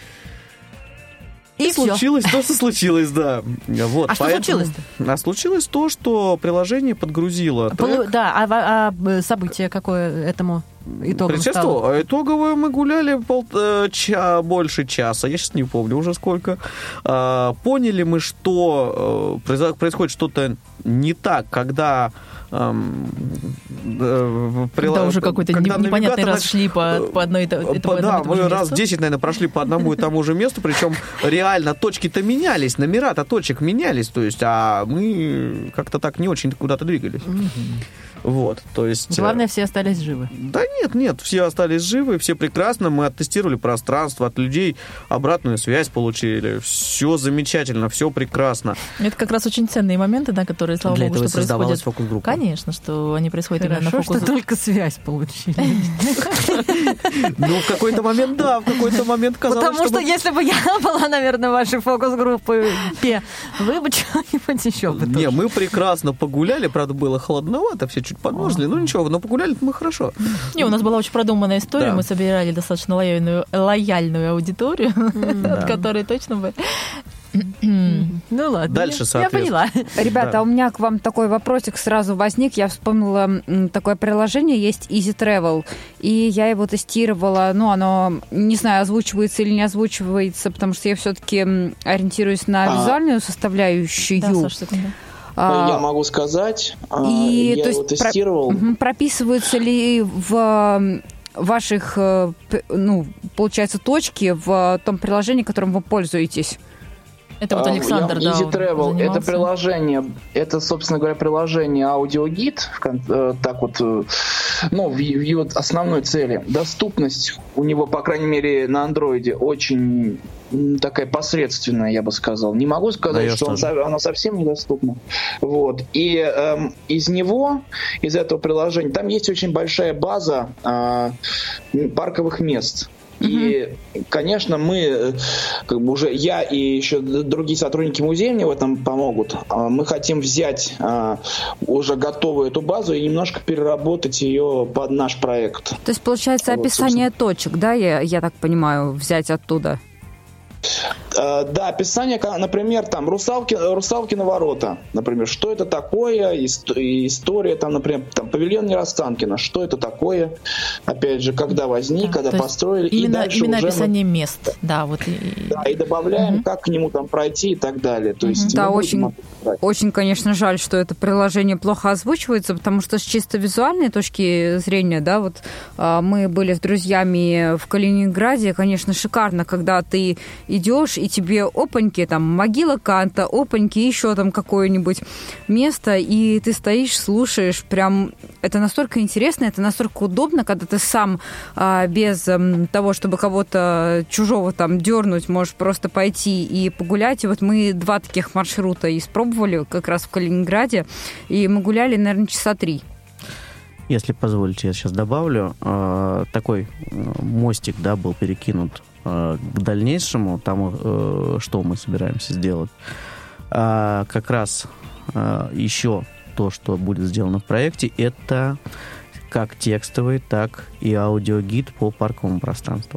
И, и случилось то, что случилось, да. Вот, а поэтому... что случилось-то? А случилось то, что приложение подгрузило Полу... трек. Да, а, а событие какое этому итогом стало? Итоговое мы гуляли пол... ча... больше часа, я сейчас не помню уже сколько. А, поняли мы, что э, происходит что-то не так, когда... Эм, э, прила... Да, уже какой-то когда непонятный раз шли по, по одной и тому по, Да, мы раз десять, наверное, прошли по одному и тому же месту, причем реально точки-то менялись, номера-то точек менялись, то есть, а мы как-то так не очень куда-то двигались. Вот, то есть... Главное, все остались живы. Да нет, нет, все остались живы, все прекрасно, мы оттестировали пространство, от людей обратную связь получили, все замечательно, все прекрасно. Это как раз очень ценные моменты, да, которые, слава Для богу, что происходят. Фокус-группа. Конечно, что они происходят Хорошо, именно на фокус. Что только связь получили. Ну, в какой-то момент, да, в какой-то момент казалось, Потому что если бы я была, наверное, вашей фокус-группой, вы бы что-нибудь еще бы. Не, мы прекрасно погуляли, правда, было холодновато, все чуть подмерзли, ну ничего, но погуляли мы хорошо. Не, у нас была очень продуманная история, да. Мы собирали достаточно лояльную, лояльную аудиторию, mm, от да. которой точно бы... Ну ладно, дальше, я, я поняла. Ребята, да. У меня к вам такой вопросик сразу возник. Я вспомнила, такое приложение есть Easy Travel, и я его тестировала. Ну, оно, не знаю, озвучивается или не озвучивается, потому что я все-таки ориентируюсь на а. визуальную составляющую. Да, Саша, секунду. Я могу сказать, и, я то его есть, тестировал. Про, прописываются ли в ваших, ну, получается, точки в том приложении, которым вы пользуетесь? Это вот Александр, я, да, Easy Travel, занимался. Это приложение, это, собственно говоря, приложение аудиогид, так вот, ну, в его основной цели. Доступность у него, по крайней мере, на андроиде очень такая посредственная, я бы сказал. Не могу сказать, да, что он, оно совсем недоступно. Вот. И эм, из него, из этого приложения, там есть очень большая база э, парковых мест. И, конечно, мы, как бы уже я и еще другие сотрудники музея мне в этом помогут. Мы хотим взять а, уже готовую эту базу и немножко переработать ее под наш проект. То есть, получается, вот, описание собственно. точек, да, я, я так понимаю, взять оттуда? Да, описание, например, там Русалки, Русалкины ворота, например, что это такое, история, там, например, там, павильон Нерастанкина, что это такое, опять же, когда возник, да, когда построили. Именно, и дальше именно уже описание мы, мест, да, вот. И, да, и добавляем, угу. как к нему там пройти и так далее. То есть, да, очень, очень, конечно, жаль, что это приложение плохо озвучивается, потому что с чисто визуальной точки зрения, да, вот мы были с друзьями в Калининграде, конечно, шикарно, когда ты идешь и тебе опаньки, там, могила Канта, опаньки, еще там какое-нибудь место, и ты стоишь, слушаешь, прям, это настолько интересно, это настолько удобно, когда ты сам а, без а, того, чтобы кого-то чужого там дернуть, можешь просто пойти и погулять, и вот мы два таких маршрута испробовали как раз в Калининграде, и мы гуляли, наверное, часа три. Если позволите, я сейчас добавлю, э, такой мостик, да, был перекинут к дальнейшему, тому, что мы собираемся сделать. А как раз еще то, что будет сделано в проекте, это как текстовый, так и аудиогид по парковому пространству.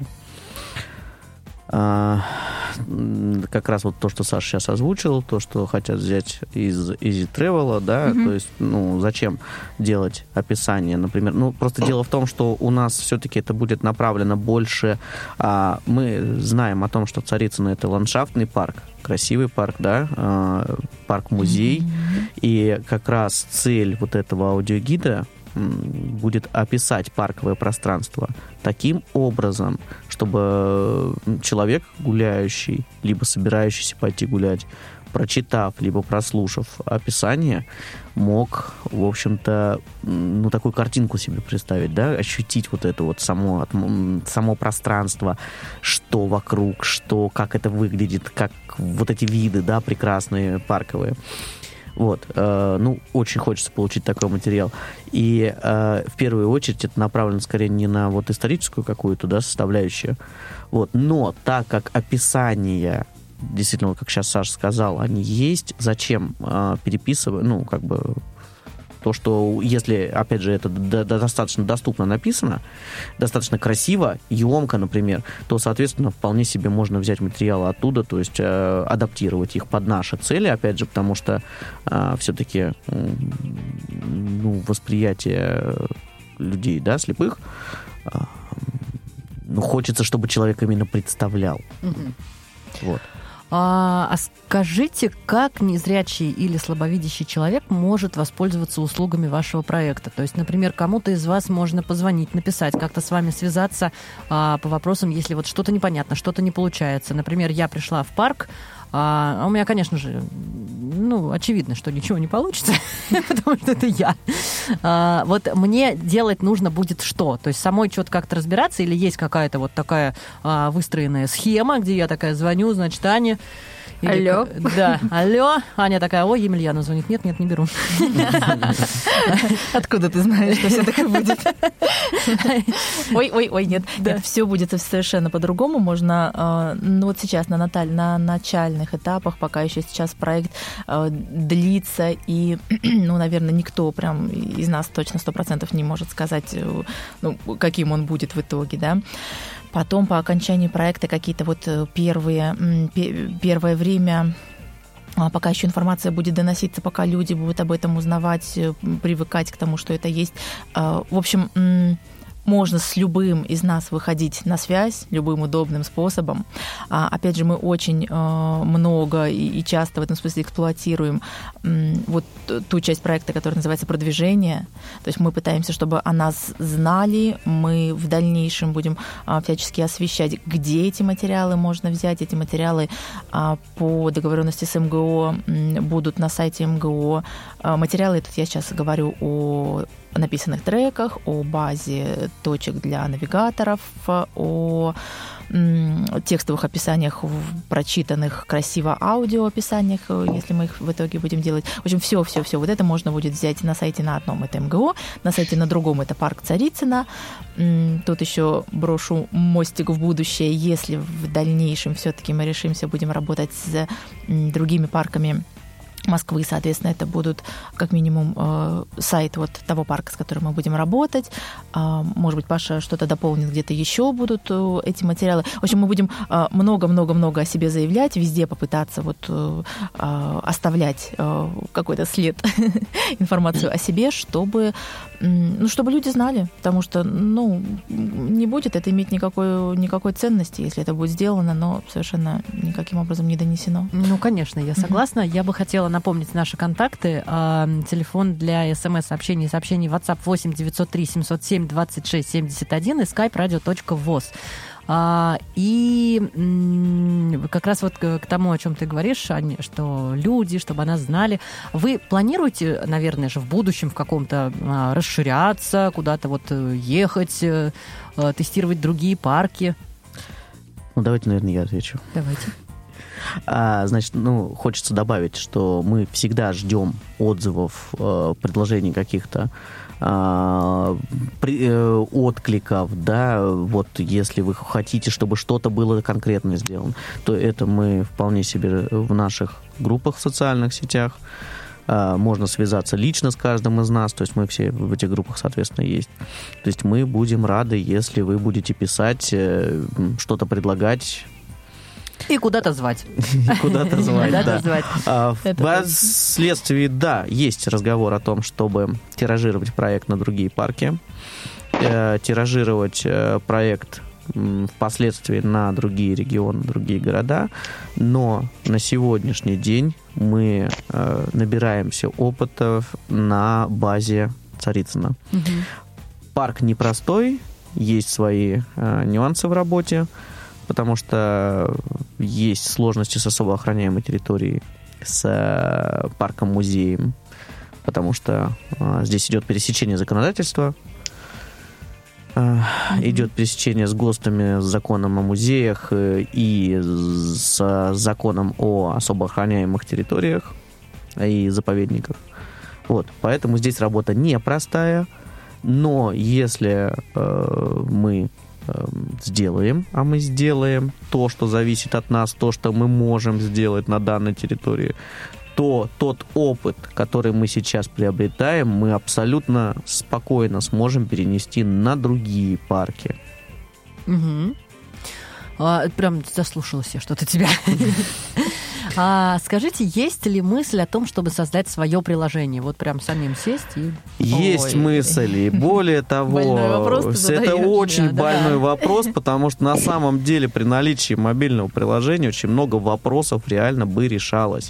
Как раз вот то, что Саша сейчас озвучил, то, что хотят взять из Easy Travel, да, mm-hmm. то есть, ну, зачем делать описание, например, ну, просто дело в том, что у нас все-таки это будет направлено больше, а, мы знаем о том, что Царицыно — это ландшафтный парк, красивый парк, да, а, парк-музей, mm-hmm. и как раз цель вот этого аудиогида будет описать парковое пространство таким образом, чтобы человек, гуляющий, либо собирающийся пойти гулять, прочитав, либо прослушав описание, мог, в общем-то, ну, такую картинку себе представить, да, ощутить вот это вот само, само пространство, что вокруг, что, как это выглядит, как вот эти виды, да, прекрасные, парковые. Вот, э, ну, очень хочется получить такой материал. И э, в первую очередь это направлено скорее не на вот историческую какую-то, да, составляющую. Вот, но так как описание, действительно, как сейчас Саша сказал, они есть, зачем э, переписывать, ну, как бы... То, что если, опять же, это достаточно доступно написано, достаточно красиво, емко, например, то, соответственно, вполне себе можно взять материалы оттуда, то есть э, адаптировать их под наши цели, опять же, потому что э, все-таки э, ну, восприятие людей, да, слепых, э, ну, хочется, чтобы человек именно представлял. Mm-hmm. Вот. А, а скажите, как незрячий или слабовидящий человек может воспользоваться услугами вашего проекта? То есть, например, кому-то из вас можно позвонить, написать, как-то с вами связаться а, по вопросам, если вот что-то непонятно, что-то не получается. Например, я пришла в парк, а у меня, конечно же, ну, очевидно, что ничего не получится, потому что это я. А, вот мне делать нужно будет что? То есть самой что-то как-то разбираться или есть какая-то вот такая а, выстроенная схема, где я такая звоню, значит, Ане. Или, алло. Да, алло. Аня такая, ой, Емельяна звонит. Нет, нет, не беру. Откуда ты знаешь, что все так и будет? Ой, ой, ой, нет. Нет, все будет совершенно по-другому. Можно, ну вот сейчас на, наталь, на начальных этапах, пока еще сейчас проект длится, и, ну, наверное, никто прям из нас точно сто процентов не может сказать, ну, каким он будет в итоге, да. Потом по окончании проекта какие-то вот первые, первое время, пока еще информация будет доноситься, пока люди будут об этом узнавать, привыкать к тому, что это есть. В общем, можно с любым из нас выходить на связь, любым удобным способом. А, опять же, мы очень э, много и, и часто в этом смысле эксплуатируем э, вот ту часть проекта, которая называется «Продвижение». То есть мы пытаемся, чтобы о нас знали, мы в дальнейшем будем э, всячески освещать, где эти материалы можно взять. Эти материалы э, по договоренности с МГО э, будут на сайте МГО. Э, материалы, тут я сейчас говорю о написанных треках, о базе точек для навигаторов, о текстовых описаниях, прочитанных красиво аудиоописаниях, если мы их в итоге будем делать. В общем, все-все-все. Вот это можно будет взять на сайте на одном, это МГО, на сайте на другом это парк Царицына. Тут еще брошу мостик в будущее, если в дальнейшем все-таки мы решимся, будем работать с другими парками Москвы, соответственно, это будут как минимум э, сайт вот того парка, с которым мы будем работать. Э, может быть, Паша что-то дополнит, где-то еще будут э, эти материалы. В общем, мы будем э, много-много-много о себе заявлять, везде попытаться вот э, э, оставлять э, какой-то след, информацию о себе, чтобы, э, ну, чтобы люди знали, потому что, ну, не будет это иметь никакой, никакой ценности, если это будет сделано, но совершенно никаким образом не донесено. Ну, конечно, я согласна. Mm-hmm. Я бы хотела напомнить наши контакты. Телефон для смс-сообщений и сообщений WhatsApp восемь девятьсот три семьсот семь двадцать шесть семьдесят один и skype radio точка voz. И как раз вот к тому, о чем ты говоришь, Аня, что люди, чтобы о нас знали. Вы планируете, наверное же, в будущем в каком-то расширяться, куда-то вот ехать, тестировать другие парки? Ну, давайте, наверное, я отвечу. Давайте. А, значит, ну, хочется добавить, что мы всегда ждем отзывов, э, предложений каких-то, э, при, э, откликов, да, вот если вы хотите, чтобы что-то было конкретно сделано, то это мы вполне себе в наших группах в социальных сетях. Э, можно связаться лично с каждым из нас, то есть мы все в этих группах, соответственно, есть. То есть мы будем рады, если вы будете писать, э, что-то предлагать. И куда-то звать. Куда-то звать, да. звать. А, впоследствии, да, есть разговор о том, чтобы тиражировать проект на другие парки, э, тиражировать э, проект э, впоследствии на другие регионы, другие города, но на сегодняшний день мы э, набираемся опыта на базе Царицына. Угу. Парк непростой, есть свои э, нюансы в работе, потому что есть сложности с особо охраняемой территорией, с парком-музеем, потому что э, здесь идет пересечение законодательства, э, mm-hmm. идет пересечение с ГОСТами, с законом о музеях э, и с законом о особо охраняемых территориях. и заповедников. Вот, поэтому здесь работа непростая, но если э, мы э, сделаем, а мы сделаем то, что зависит от нас, то, что мы можем сделать на данной территории, то тот опыт, который мы сейчас приобретаем, мы абсолютно спокойно сможем перенести на другие парки. Угу. А, прям заслушалась я что-то тебя. А скажите, есть ли мысль о том, чтобы создать свое приложение? Вот прям самим сесть и... Есть Ой. мысль, и более того, это очень да, больной да. вопрос, потому что на самом деле при наличии мобильного приложения очень много вопросов реально бы решалось.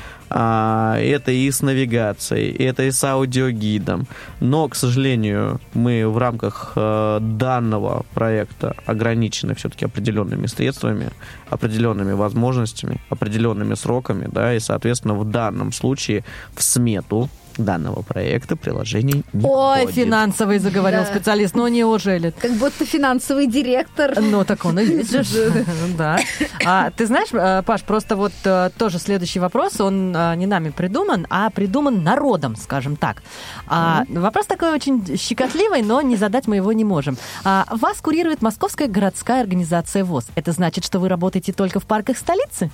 Это и с навигацией, это и с аудиогидом. Но, к сожалению, мы в рамках данного проекта ограничены все-таки определенными средствами, определенными возможностями, определенными сроками, да, и, соответственно, в данном случае в смету данного проекта приложений не Ой, входит. Финансовый заговорил да. специалист. Ну, неужели? Как будто финансовый директор. Ну, так он и есть же. Да. А, ты знаешь, Паш, просто вот тоже следующий вопрос, он не нами придуман, а придуман народом, скажем так. А, mm-hmm. Вопрос такой очень щекотливый, но не задать мы его не можем. А, вас курирует Московская городская организация ВОС. Это значит, что вы работаете только в парках столицы?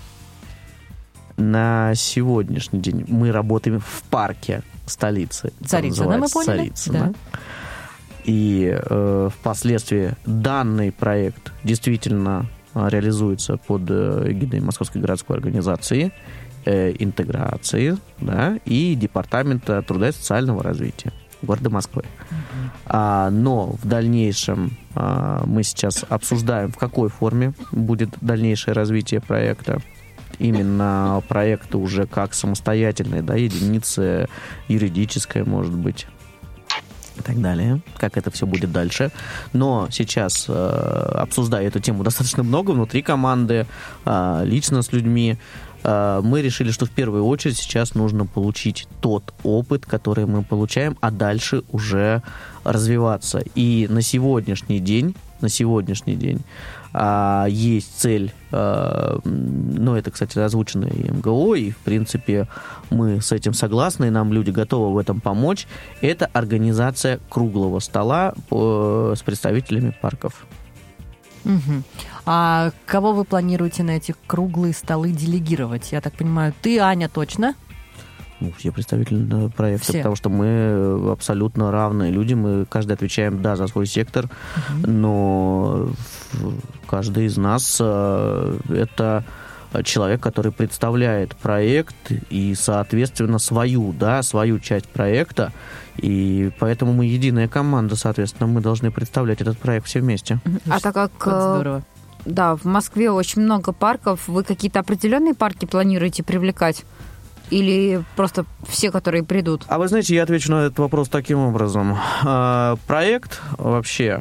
На сегодняшний день мы работаем в парке столицы. Царицына, мы поняли. Царицына. Да. И э, впоследствии данный проект действительно реализуется под эгидой Московской городской организации, э, интеграции, да, и Департамента труда и социального развития города Москвы. Mm-hmm. А, но в дальнейшем а, мы сейчас обсуждаем, в какой форме будет дальнейшее развитие проекта. Именно проекты уже как самостоятельные, да, единицы, юридическая, может быть, и так далее, как это все будет дальше. Но сейчас, э, обсуждая эту тему достаточно много внутри команды, э, лично с людьми, э, мы решили, что в первую очередь сейчас нужно получить тот опыт, который мы получаем, а дальше уже развиваться. И на сегодняшний день, на сегодняшний день а, есть цель, а, ну, это, кстати, озвучено и эм гэ о, и, в принципе, мы с этим согласны, и нам люди готовы в этом помочь. Это организация круглого стола по, с представителями парков. Угу. А кого вы планируете на эти круглые столы делегировать? Я так понимаю, ты, Аня, точно? Ну, все представители проекта, все. Потому что мы абсолютно равные люди, мы каждый отвечаем, да, за свой сектор, угу. но каждый из нас это человек, который представляет проект и, соответственно, свою, да, свою часть проекта, и поэтому мы единая команда, соответственно, мы должны представлять этот проект все вместе. А так как... Здорово. Да, в Москве очень много парков, вы какие-то определенные парки планируете привлекать? Или просто все, которые придут? А вы знаете, я отвечу на этот вопрос таким образом. Проект вообще,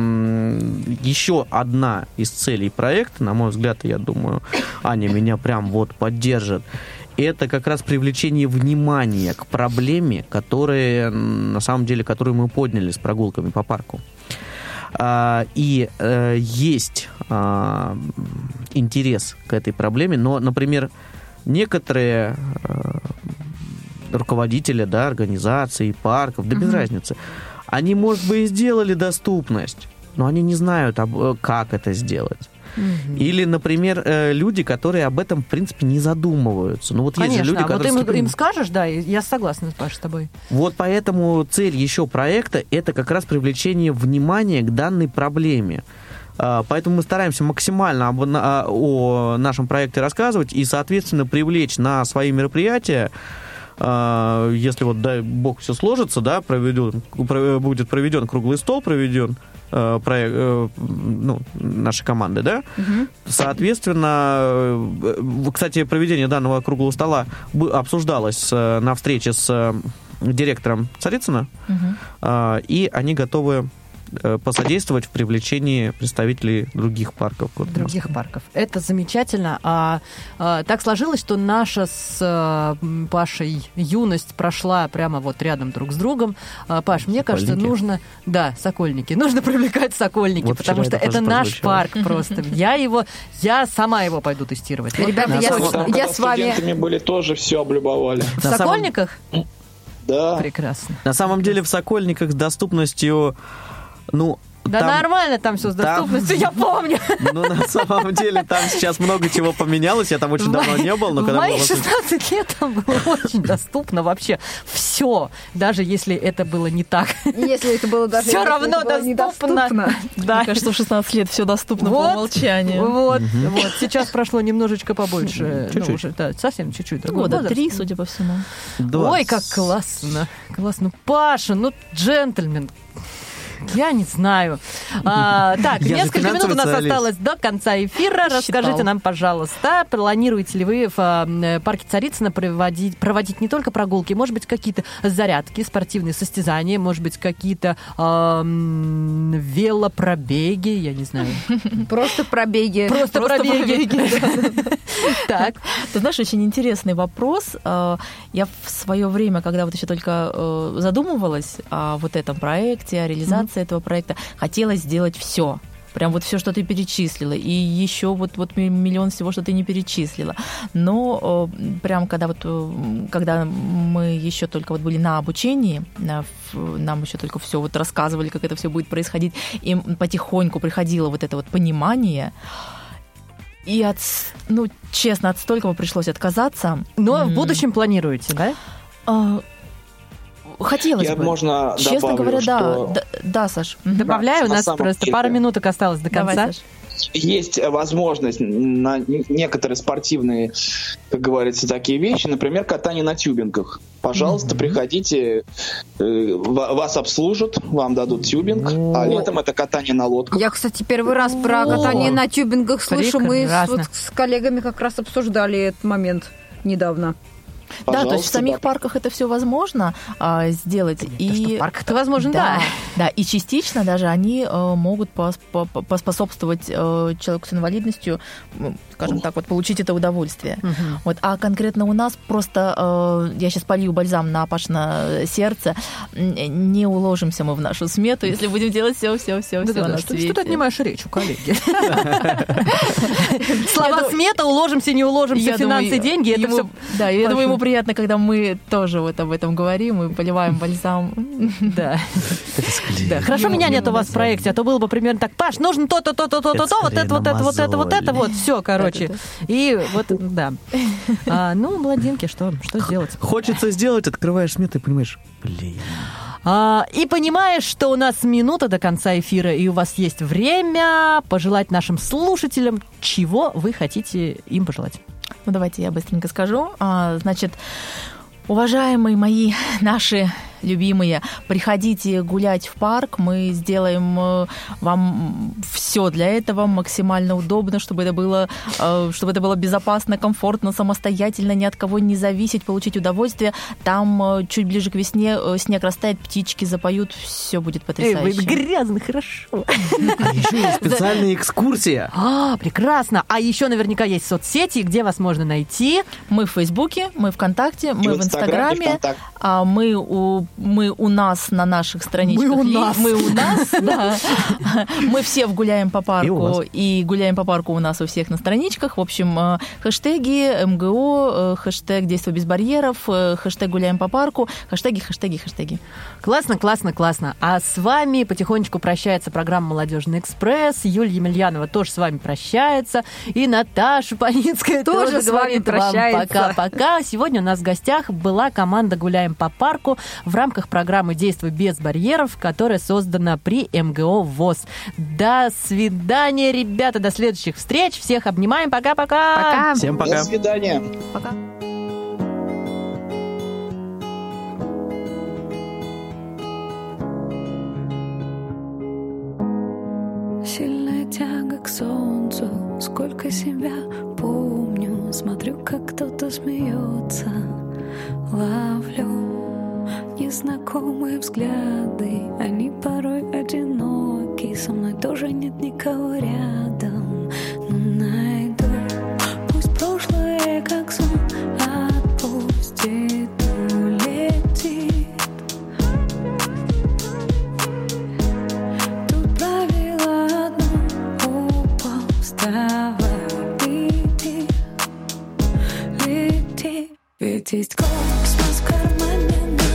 еще одна из целей проекта, на мой взгляд, я думаю, Аня меня прям вот поддержит, это как раз привлечение внимания к проблеме, которые, на самом деле, которую мы подняли с прогулками по парку. И есть интерес к этой проблеме, но, например, некоторые э, руководители, да, организаций, парков, да без uh-huh. разницы, они, может быть, и сделали доступность, но они не знают, об, как это сделать. Uh-huh. Или, например, э, люди, которые об этом, в принципе, не задумываются. Ну, вот Конечно, есть же люди, а которые... вот им, им скажешь, да, я согласна, Паша, с тобой. Вот поэтому цель еще проекта – это как раз привлечение внимания к данной проблеме. Поэтому мы стараемся максимально об, на, о нашем проекте рассказывать и, соответственно, привлечь на свои мероприятия, если вот, дай бог, все сложится, да, проведен, будет проведен круглый стол, проведен проект, ну, нашей команды, да, угу. Соответственно, кстати, проведение данного круглого стола обсуждалось на встрече с директором Царицына, угу. И они готовы посодействовать в привлечении представителей других парков. Других парков. Это замечательно. А, а, так сложилось, что наша с а, Пашей юность прошла прямо вот рядом друг с другом. А, Паш, мне Сокольники. кажется, нужно... Да, Сокольники. Нужно привлекать Сокольники, вот потому что это, это наш парк просто. Я его... Я сама его пойду тестировать. Ребята, я, Там, я с вами... студентами были, тоже все облюбовали. В Сокольниках? Да. Прекрасно. На самом деле в Сокольниках с доступностью, ну... Да там, нормально там все с доступностью, там, я помню. Ну, на самом деле, там сейчас много чего поменялось. Я там очень давно не был, но в когда мои было... шестнадцать лет там было очень доступно вообще все, даже если это было не так. Если это было даже Все равно было доступно. Да. Мне кажется, в шестнадцать лет все доступно Вот, по умолчанию. Вот, вот. Сейчас прошло немножечко побольше. Чуть-чуть. Ну, уже, да, совсем чуть-чуть. другой Года возраст. три, судя по всему. двадцать. Ой, как классно. Классно. Паша, ну, джентльмен. Я не знаю. А, так, Я же несколько минут у нас финансовый осталось до конца эфира. Расскажите Считал. нам, пожалуйста, планируете ли вы в а, парке Царицына проводить, проводить не только прогулки, может быть, какие-то зарядки, спортивные состязания, может быть, какие-то а, м, велопробеги, я не знаю. Просто пробеги. Просто пробеги. Так. Ты знаешь, очень интересный вопрос. Я в свое время, когда вот еще только задумывалась о вот этом проекте, о реализации этого проекта, хотела сделать все. Прям вот все, что ты перечислила, и еще вот, вот миллион всего, что ты не перечислила. Но прям когда вот, когда мы еще только вот были на обучении, нам еще только все вот рассказывали, как это все будет происходить, и потихоньку приходило вот это вот понимание. И от, ну, честно, от столького пришлось отказаться. Но в будущем планируете, да? А, хотелось Я, бы. можно Честно добавлю, говоря, что... да. Да, да, Саш. Добавляю, у на нас самом просто деле. пара минуток осталось до Давай, конца. Саш. Есть возможность на некоторые спортивные, как говорится, такие вещи, например, катание на тюбингах. Пожалуйста, mm-hmm. приходите, э, вас обслужат, вам дадут тюбинг, oh. а летом это катание на лодках. Я, кстати, первый раз про О, катание на тюбингах слышу. Мы с, прекрасно. вот, с коллегами как раз обсуждали этот момент недавно. Пожалуйста, да, то есть в самих да. парках это все возможно а, сделать. И... То, что в парках-то возможно, да. да. Да, и частично даже они а, могут пос- по- поспособствовать а, человеку с инвалидностью, скажем так, вот получить это удовольствие. Угу. Вот, а конкретно у нас просто, а, я сейчас полью бальзам на Пашино сердце, не уложимся мы в нашу смету, если будем делать все, все, все, все на свете. Что ты отнимаешь речь у коллеги? Слова смета, уложимся, не уложимся, финансы, деньги, это все. Да, я думаю, ему приятно, когда мы тоже вот об этом говорим и поливаем бальзам. Да. Хорошо, меня нет у вас в проекте, а то было бы примерно так: Паш, нужно то-то, то-то, то-то, то, вот это, вот это, вот это, вот это, вот, все, короче. И вот, да. Ну, блондинки, что что сделать? Хочется сделать, открываешь смету и понимаешь, блин. А, и понимаешь, что у нас минута до конца эфира, и у вас есть время пожелать нашим слушателям, чего вы хотите им пожелать. Ну, давайте я быстренько скажу. А, значит, уважаемые мои, наши любимые, приходите гулять в парк, мы сделаем вам все для этого максимально удобно, чтобы это было, чтобы это было безопасно, комфортно, самостоятельно, ни от кого не зависеть, получить удовольствие. Там чуть ближе к весне снег растает, птички запоют, все будет потрясающе. Эй, вы грязно, хорошо. А еще есть специальная экскурсия. А, прекрасно. А еще наверняка есть соцсети, где вас можно найти. Мы в Фейсбуке, мы ВКонтакте, мы И в Инстаграме, а мы у Мы у нас на наших страничках. Мы у нас. Мы у нас, да. Мы все в «Гуляем по парку», и, и «Гуляем по парку» у нас у всех на страничках. В общем, хэштеги МГО, хэштег «Действуй без барьеров», хэштег «Гуляем по парку», хэштеги, хэштеги, хэштеги. Классно, классно, классно. А с вами потихонечку прощается программа «Молодежный экспресс». Юлия Емельянова тоже с вами прощается. И Наташа Паницкая тоже, тоже с вами прощается. Пока-пока. Сегодня у нас в гостях была команда «Гуляем по парку» в рамках программы «Действуй без барьеров», которая создана при МГО ВОС. До свидания, ребята, до следующих встреч. Всех обнимаем. Пока-пока. Пока. Всем пока. До свидания. Пока. Сильная тяга к солнцу, сколько себя помню. Смотрю, как кто-то смеется, ловлю незнакомые взгляды, они порой одиноки, со мной тоже нет никого рядом, но найду. Пусть прошлое как сон отпустит, улетит. Тут правило одно: упал, вставай, лети, лети. Ведь есть космос в кармане.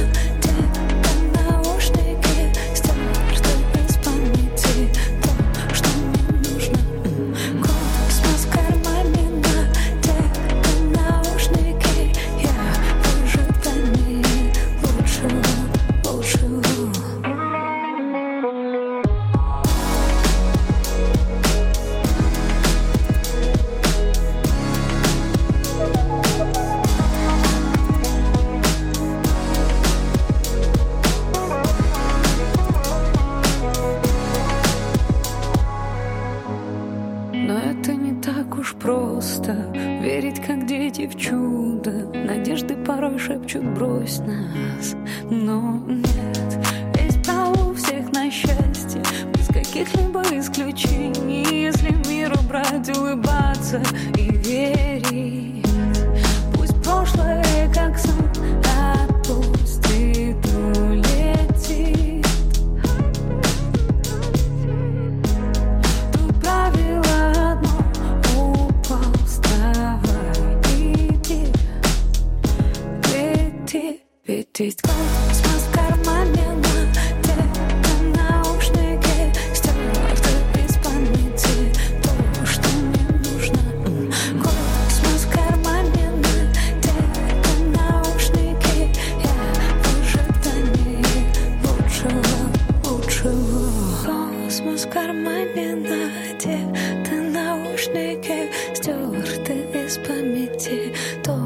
Шепчут: брось нас, но нет. Есть право у всех на счастье, без каких-либо исключений. Если миру брать, улыбаться и верить. Пусть прошлое как сон отпустит, улетит. Тут правило одно: упал, вставай, иди. Ведь есть космос в кармане, надето наушники, стерто из памяти то, что мне нужно. Космос в кармане, надето наушники, я в ожидании лучшего, лучшего. Космос в кармане, надето наушники, стерто из памяти то,